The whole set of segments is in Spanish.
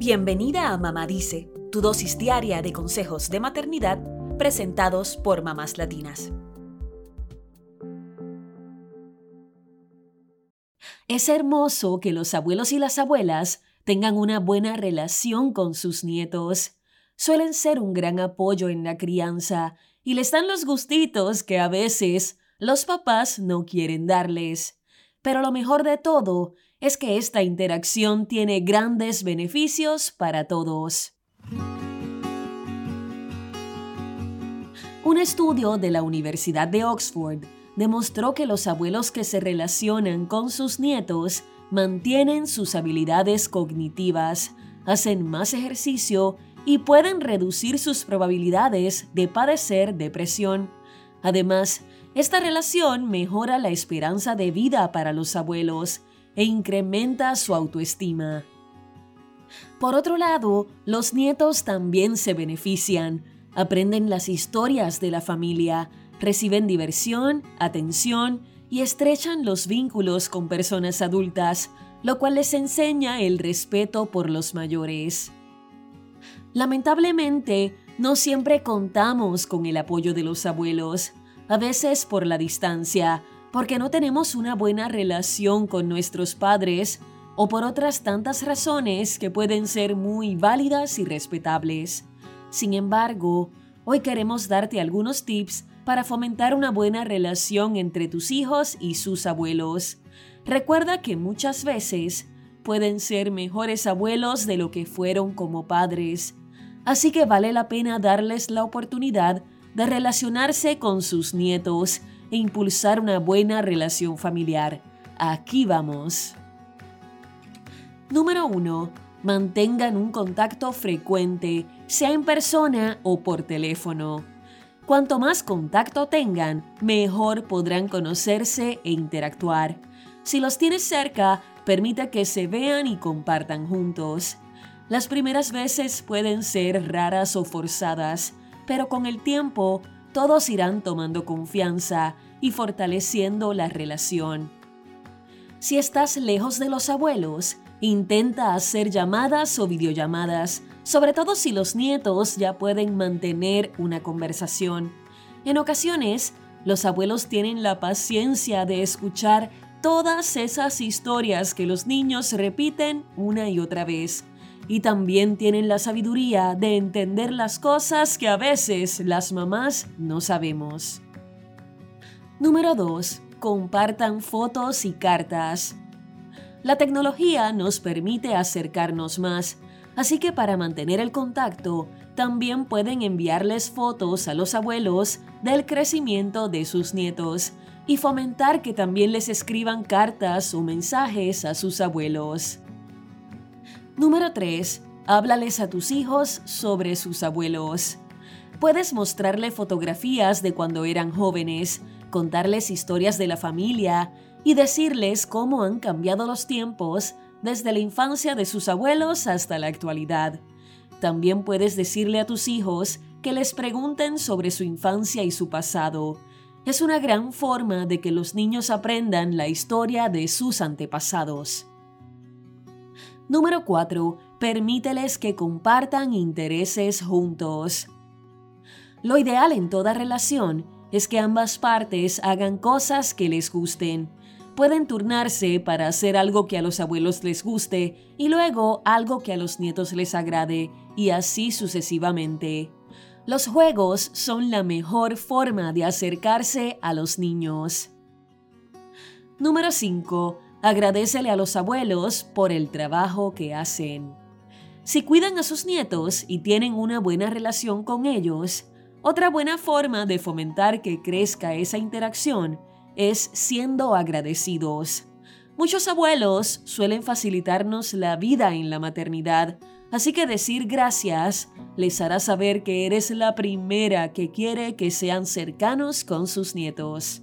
Bienvenida a Mamá Dice, tu dosis diaria de consejos de maternidad presentados por mamás latinas. Es hermoso que los abuelos y las abuelas tengan una buena relación con sus nietos. Suelen ser un gran apoyo en la crianza y les dan los gustitos que a veces los papás no quieren darles. Pero lo mejor de todo es que esta interacción tiene grandes beneficios para todos. Un estudio de la Universidad de Oxford demostró que los abuelos que se relacionan con sus nietos mantienen sus habilidades cognitivas, hacen más ejercicio y pueden reducir sus probabilidades de padecer depresión. Además, esta relación mejora la esperanza de vida para los abuelos e incrementa su autoestima. Por otro lado, los nietos también se benefician, aprenden las historias de la familia, reciben diversión, atención y estrechan los vínculos con personas adultas, lo cual les enseña el respeto por los mayores. Lamentablemente, no siempre contamos con el apoyo de los abuelos, a veces por la distancia, porque no tenemos una buena relación con nuestros padres o por otras tantas razones que pueden ser muy válidas y respetables. Sin embargo, hoy queremos darte algunos tips para fomentar una buena relación entre tus hijos y sus abuelos. Recuerda que muchas veces pueden ser mejores abuelos de lo que fueron como padres, así que vale la pena darles la oportunidad de relacionarse con sus nietos e impulsar una buena relación familiar. Aquí vamos. Número 1. Mantengan un contacto frecuente, sea en persona o por teléfono. Cuanto más contacto tengan, mejor podrán conocerse e interactuar. Si los tienes cerca, permite que se vean y compartan juntos. Las primeras veces pueden ser raras o forzadas, pero con el tiempo todos irán tomando confianza y fortaleciendo la relación. Si estás lejos de los abuelos, intenta hacer llamadas o videollamadas, sobre todo si los nietos ya pueden mantener una conversación. En ocasiones, los abuelos tienen la paciencia de escuchar todas esas historias que los niños repiten una y otra vez. Y también tienen la sabiduría de entender las cosas que a veces las mamás no sabemos. Número 2. Compartan fotos y cartas. La tecnología nos permite acercarnos más, así que para mantener el contacto, también pueden enviarles fotos a los abuelos del crecimiento de sus nietos y fomentar que también les escriban cartas o mensajes a sus abuelos. Número 3. Háblales a tus hijos sobre sus abuelos. Puedes mostrarle fotografías de cuando eran jóvenes, contarles historias de la familia y decirles cómo han cambiado los tiempos desde la infancia de sus abuelos hasta la actualidad. También puedes decirle a tus hijos que les pregunten sobre su infancia y su pasado. Es una gran forma de que los niños aprendan la historia de sus antepasados. Número 4. Permíteles que compartan intereses juntos. Lo ideal en toda relación es que ambas partes hagan cosas que les gusten. Pueden turnarse para hacer algo que a los abuelos les guste y luego algo que a los nietos les agrade, y así sucesivamente. Los juegos son la mejor forma de acercarse a los niños. Número 5. Agradécele a los abuelos por el trabajo que hacen. Si cuidan a sus nietos y tienen una buena relación con ellos, otra buena forma de fomentar que crezca esa interacción es siendo agradecidos. Muchos abuelos suelen facilitarnos la vida en la maternidad, así que decir gracias les hará saber que eres la primera que quiere que sean cercanos con sus nietos.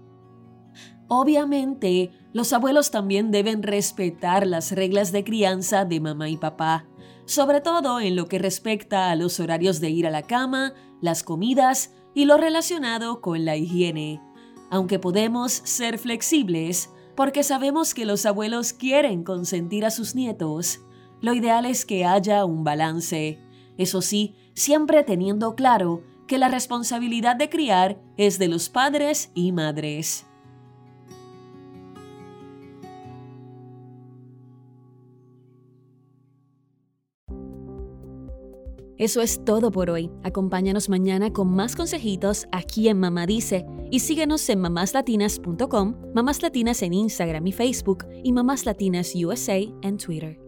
Obviamente, los abuelos también deben respetar las reglas de crianza de mamá y papá, sobre todo en lo que respecta a los horarios de ir a la cama, las comidas y lo relacionado con la higiene. Aunque podemos ser flexibles, porque sabemos que los abuelos quieren consentir a sus nietos, Lo ideal es que haya un balance. Eso sí, siempre teniendo claro que la responsabilidad de criar es de los padres y madres. Eso es todo por hoy. Acompáñanos mañana con más consejitos aquí en Mamá Dice y síguenos en mamáslatinas.com, Mamás Latinas en Instagram y Facebook y Mamás Latinas USA en Twitter.